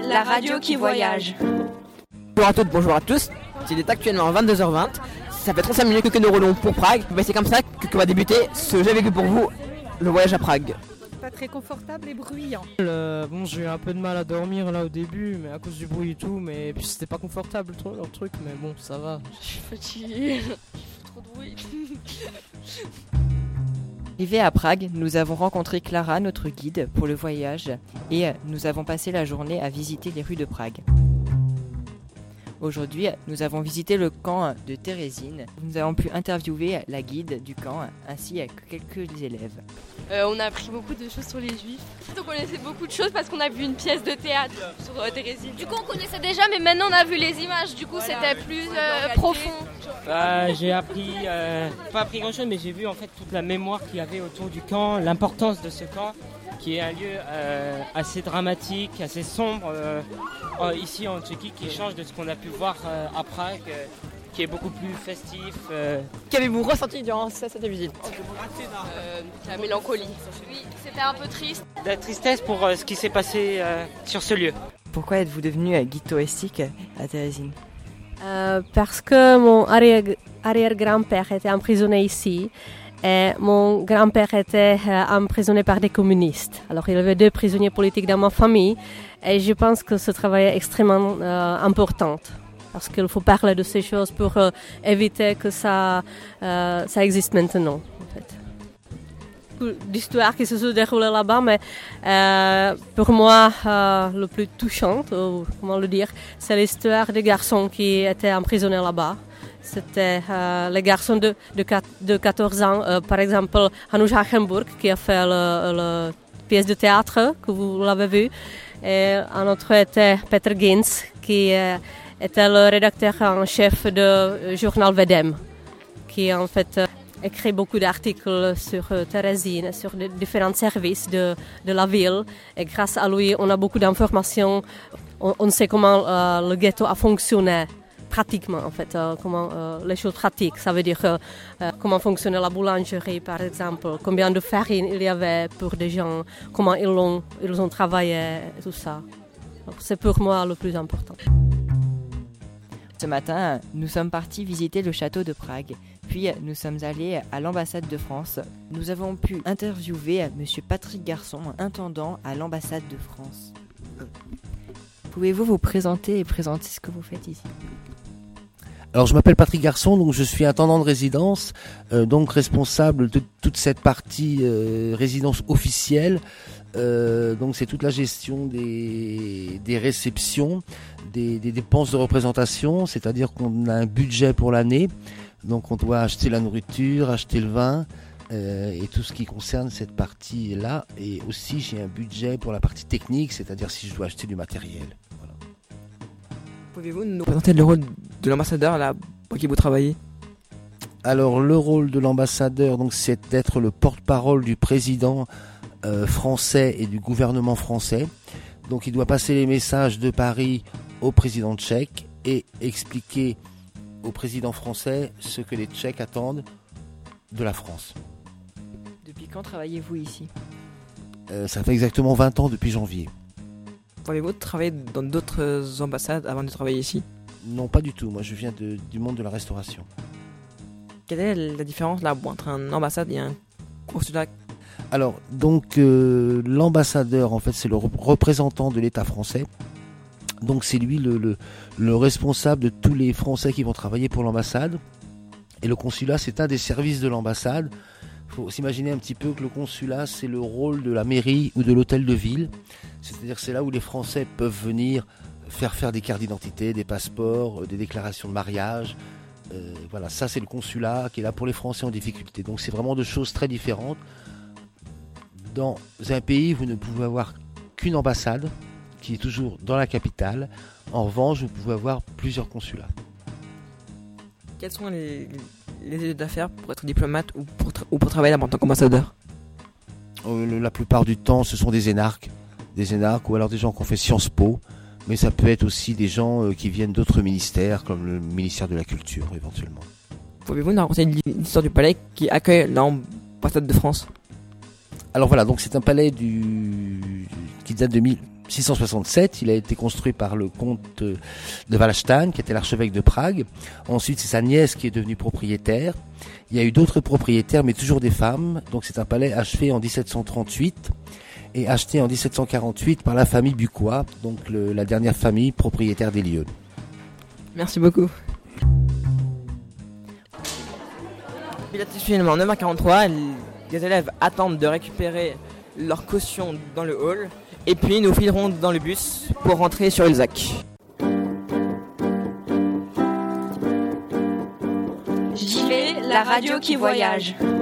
la radio qui voyage. Bonjour à toutes, bonjour à tous. Il est actuellement 22h20. Ça fait 35 minutes que nous roulons pour Prague. C'est comme ça que va débuter ce J'ai vécu pour vous, le voyage à Prague. Pas très confortable et bruyant. J'ai eu un peu de mal à dormir là au début, mais à cause du bruit et tout, mais puis c'était pas confortable leur truc, mais bon, ça va. Je suis fatiguée, trop de bruit. Arrivé à Prague, nous avons rencontré Clara, notre guide pour le voyage, et nous avons passé la journée à visiter les rues de Prague. Aujourd'hui, nous avons visité le camp de Terezín. Nous avons pu interviewer la guide du camp ainsi que quelques élèves. On a appris beaucoup de choses sur les juifs. On connaissait beaucoup de choses parce qu'on a vu une pièce de théâtre sur Terezín. Du coup on connaissait déjà, mais maintenant on a vu les images, du coup c'était plus profond. J'ai appris, pas appris grand chose, mais j'ai vu en fait toute la mémoire qu'il y avait autour du camp, l'importance de ce camp, qui est un lieu assez dramatique, assez sombre ici en Tchéquie, qui change de ce qu'on a pu voir à Prague, qui est beaucoup plus festif. Qu'avez-vous ressenti durant cette visite ? La mélancolie. Oui, c'était un peu triste. La tristesse pour ce qui s'est passé sur ce lieu. Pourquoi êtes-vous devenu guide touristique à Terezín ? Parce que mon arrière-grand-père était emprisonné ici et mon grand-père était emprisonné par des communistes. Alors il y avait 2 prisonniers politiques dans ma famille et je pense que ce travail est extrêmement important. Parce qu'il faut parler de ces choses pour éviter que ça existe maintenant. En fait. D'histoires qui se sont déroulées là-bas, mais pour moi, le plus touchant, comment le dire, c'est l'histoire des garçons qui étaient emprisonnés là-bas. C'était les garçons de 14 ans, par exemple Hanuš Hachenburg, qui a fait la pièce de théâtre, que vous l'avez vu, et un autre était Petr Ginz, qui était le rédacteur en chef du journal Vedem, qui en fait écrit beaucoup d'articles sur Terezín, sur différents services de la ville. Et grâce à lui, on a beaucoup d'informations. On sait comment le ghetto a fonctionné pratiquement, en fait, comment les choses pratiques. Ça veut dire comment fonctionnait la boulangerie, par exemple, combien de farine il y avait pour des gens, comment ils ont travaillé, tout ça. Donc, c'est pour moi le plus important. Ce matin, nous sommes partis visiter le château de Prague, puis nous sommes allés à l'ambassade de France. Nous avons pu interviewer M. Patrick Garçon, intendant à l'ambassade de France. Pouvez-vous vous présenter et présenter ce que vous faites ici ? Alors je m'appelle Patrick Garçon, donc je suis intendant de résidence, donc responsable de toute cette partie résidence officielle. Donc c'est toute la gestion des réceptions, des dépenses de représentation, c'est-à-dire qu'on a un budget pour l'année, donc on doit acheter la nourriture, acheter le vin et tout ce qui concerne cette partie-là. Et aussi j'ai un budget pour la partie technique, c'est-à-dire si je dois acheter du matériel. Voilà. Pouvez-vous nous présenter le rôle de l'ambassadeur là pour qui vous travaillez ? Alors le rôle de l'ambassadeur, donc, c'est d'être le porte-parole du président français et du gouvernement français. Donc il doit passer les messages de Paris au président tchèque et expliquer au président français ce que les Tchèques attendent de la France. Depuis quand travaillez-vous ici ? Ça fait exactement 20 ans depuis janvier. Avez-vous travaillé dans d'autres ambassades avant de travailler ici ? Non, pas du tout. Moi je viens du monde de la restauration. Quelle est la différence là entre un ambassade et un consulat ? Alors, donc, l'ambassadeur, en fait, c'est le représentant de l'État français. Donc, c'est lui le responsable de tous les Français qui vont travailler pour l'ambassade. Et le consulat, c'est un des services de l'ambassade. Il faut s'imaginer un petit peu que le consulat, c'est le rôle de la mairie ou de l'hôtel de ville. C'est-à-dire que c'est là où les Français peuvent venir faire des cartes d'identité, des passeports, des déclarations de mariage. Voilà, ça, c'est le consulat qui est là pour les Français en difficulté. Donc, c'est vraiment 2 choses très différentes. Dans un pays, vous ne pouvez avoir qu'une ambassade, qui est toujours dans la capitale. En revanche, vous pouvez avoir plusieurs consulats. Quelles sont les études à faire pour être diplomate ou pour travailler là en tant qu'ambassadeur ? La plupart du temps, ce sont des énarques ou alors des gens qui ont fait Sciences Po. Mais ça peut être aussi des gens qui viennent d'autres ministères, comme le ministère de la Culture, éventuellement. Pouvez-vous nous raconter l'histoire du palais qui accueille l'ambassade de France ? Alors voilà, donc c'est un palais qui date de 667, il a été construit par le comte de Wallenstein, qui était l'archevêque de Prague. Ensuite, c'est sa nièce qui est devenue propriétaire. Il y a eu d'autres propriétaires, mais toujours des femmes. Donc c'est un palais achevé en 1738 et acheté en 1748 par la famille Bucquois, donc la dernière famille propriétaire des lieux. Merci beaucoup. Finalement, 9h43, les élèves attendent de récupérer leur caution dans le hall. Et puis nous filerons dans le bus pour rentrer sur Ulzac. JV, la radio qui voyage.